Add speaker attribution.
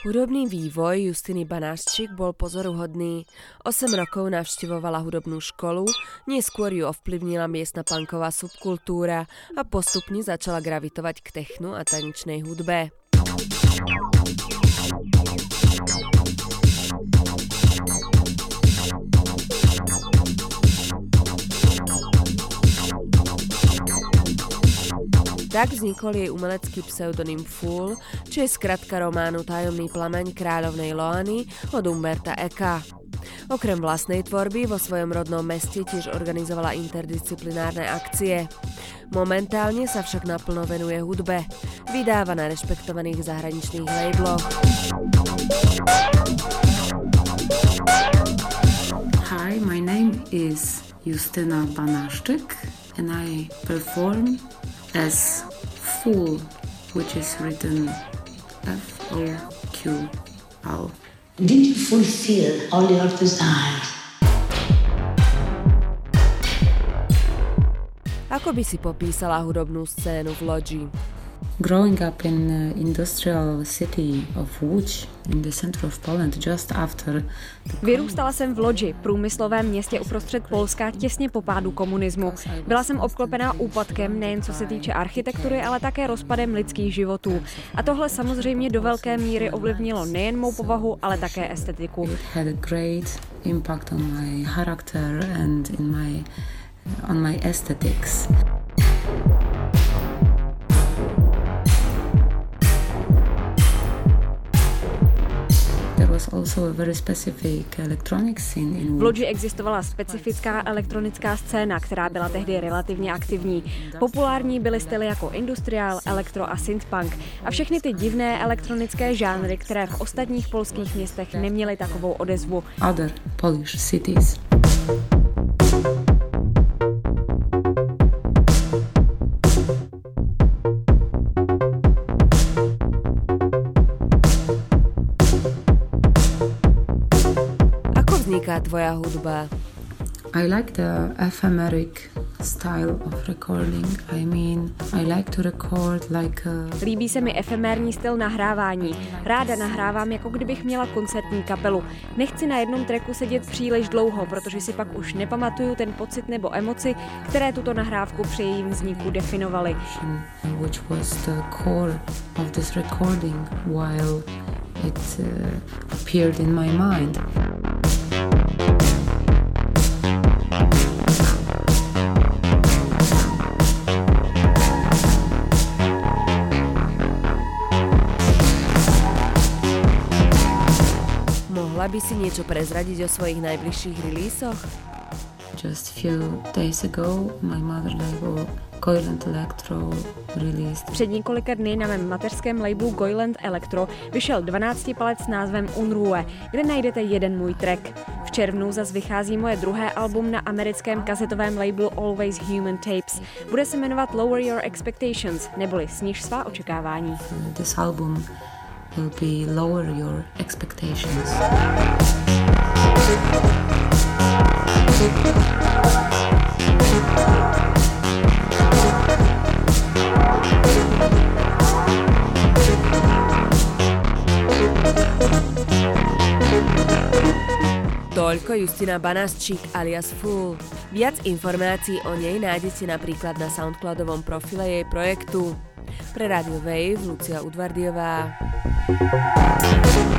Speaker 1: Hudobný vývoj Justiny Banáščik bol pozoruhodný. 8 rokov navštevovala hudobnú školu, neskôr ju ovplyvnila miestna punková subkultúra a postupne začala gravitovať k technu a tanečnej hudbe. Tak vznikol jej umelecký pseudonym Fool, čo je skratka románu Tajomný plameň kráľovnej Loany od Umberta Eka. Okrem vlastnej tvorby vo svojom rodnom meste tiež organizovala interdisciplinárne akcie. Momentálne sa však naplno venuje hudbe. Vydáva na rešpektovaných zahraničných labloch.
Speaker 2: Hi, my name is Justyna Banáščik and I perform as Fool, which is written F-O-Q-L.
Speaker 3: Did you fulfill all your desires?
Speaker 1: Ako by si popísala hudobnú scénu v Lodži?
Speaker 2: Growing up in the industrial city of Łódź in the center of Poland just after
Speaker 4: Vyrůstala jsem v Lodži, průmyslovém městě uprostřed Polska, těsně po pádu komunismu. Byla jsem obklopená úpadkem nejen co se týče architektury, ale také rozpadem lidských životů. A tohle samozřejmě do velké míry ovlivnilo nejen mou povahu, ale také estetiku.
Speaker 2: It had a great impact on my character and on my aesthetics.
Speaker 4: V Lodži existovala specifická elektronická scéna, která byla tehdy relativně aktivní. Populární byly styly jako industriál, elektro a synthpunk a všechny ty divné elektronické žánry, které v ostatních polských městech neměly takovou odezvu.
Speaker 2: Other Polish cities.
Speaker 1: Vzniká tvoja hudba?
Speaker 2: I like the ephemeric style of recording. I mean, I like to record like
Speaker 4: Líbí se mi efemérní styl nahrávání. Ráda nahrávám, jako kdybych měla koncertní kapelu. Nechci na jednom tracku sedět příliš dlouho, protože si pak už nepamatuju ten pocit nebo emoci, které tuto nahrávku při jejím vzniku definovaly.
Speaker 2: Which was the core of this recording while it appeared in my mind.
Speaker 1: Mohla by si niečo prezradiť o svojich najbližších releasoch?
Speaker 2: Just few days ago, my mother label Goiland Electro released.
Speaker 4: Před několika dny na mém mateřském labelu Goiland Electro vyšel 12 palec s názvem Unruhe, kde najdete jeden můj track. V červnu zas vychází moje druhé album na americkém kazetovém labelu Always Human Tapes. Bude se jmenovat Lower Your Expectations, neboli Sniž svá očekávání.
Speaker 2: This album will be Lower Your Expectations.
Speaker 1: Toľko Justina Banáščik alias Fool. Viac informácií o nej nájdete napríklad na Soundcloudovom profile jej projektu. Pre Radio Wave Lucia Udvardiová.